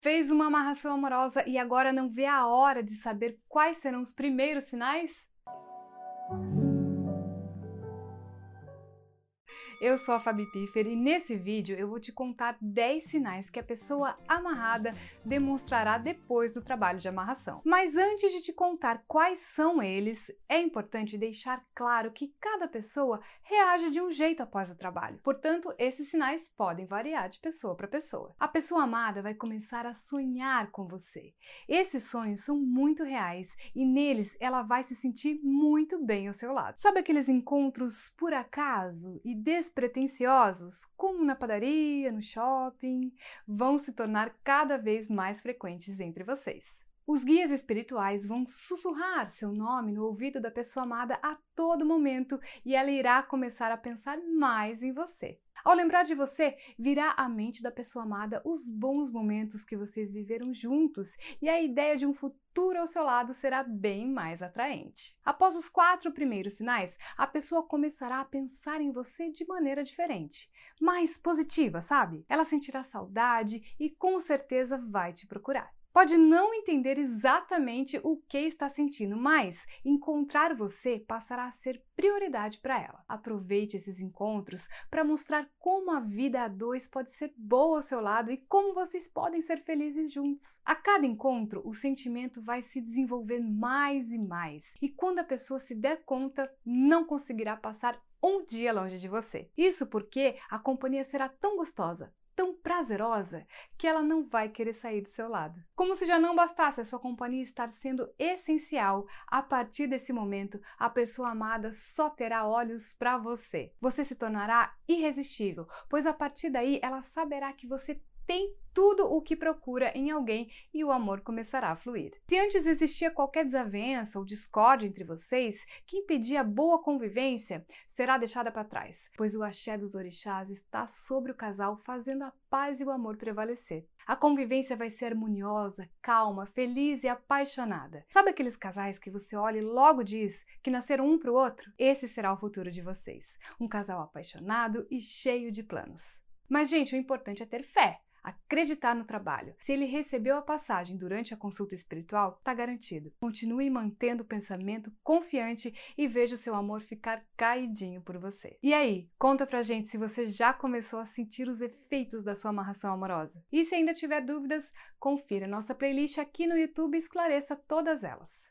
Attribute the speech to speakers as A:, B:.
A: Fez uma amarração amorosa e agora não vê a hora de saber quais serão os primeiros sinais? Eu sou a Fabi Piffer e nesse vídeo eu vou te contar 10 sinais que a pessoa amarrada demonstrará depois do trabalho de amarração. Mas antes de te contar quais são eles, é importante deixar claro que cada pessoa reage de um jeito após o trabalho. Portanto, esses sinais podem variar de pessoa para pessoa. A pessoa amada vai começar a sonhar com você. Esses sonhos são muito reais e neles ela vai se sentir muito bem ao seu lado. Sabe aqueles encontros por acaso e despretensiosos, como na padaria, no shopping, vão se tornar cada vez mais frequentes entre vocês. Os guias espirituais vão sussurrar seu nome no ouvido da pessoa amada a todo momento e ela irá começar a pensar mais em você. Ao lembrar de você, virá à mente da pessoa amada os bons momentos que vocês viveram juntos e a ideia de um futuro ao seu lado será bem mais atraente. Após os 4 primeiros sinais, a pessoa começará a pensar em você de maneira diferente, mais positiva, sabe? Ela sentirá saudade e com certeza vai te procurar. Pode não entender exatamente o que está sentindo, mas encontrar você passará a ser prioridade para ela. Aproveite esses encontros para mostrar como a vida a dois pode ser boa ao seu lado e como vocês podem ser felizes juntos. A cada encontro, o sentimento vai se desenvolver mais e mais, e quando a pessoa se der conta, não conseguirá passar um dia longe de você. Isso porque a companhia será tão gostosa, tão prazerosa, que ela não vai querer sair do seu lado. Como se já não bastasse a sua companhia estar sendo essencial, a partir desse momento, a pessoa amada só terá olhos para você. Você se tornará irresistível, pois a partir daí ela saberá que você tem tudo o que procura em alguém e o amor começará a fluir. Se antes existia qualquer desavença ou discórdia entre vocês que impedia a boa convivência, será deixada para trás, pois o axé dos orixás está sobre o casal fazendo a paz e o amor prevalecer. A convivência vai ser harmoniosa, calma, feliz e apaixonada. Sabe aqueles casais que você olha e logo diz que nasceram um para o outro? Esse será o futuro de vocês. Um casal apaixonado e cheio de planos. Mas, gente, o importante é ter fé. Acreditar no trabalho. Se ele recebeu a passagem durante a consulta espiritual, está garantido. Continue mantendo o pensamento confiante e veja o seu amor ficar caidinho por você. E aí, conta pra gente se você já começou a sentir os efeitos da sua amarração amorosa. E se ainda tiver dúvidas, confira nossa playlist aqui no YouTube e esclareça todas elas.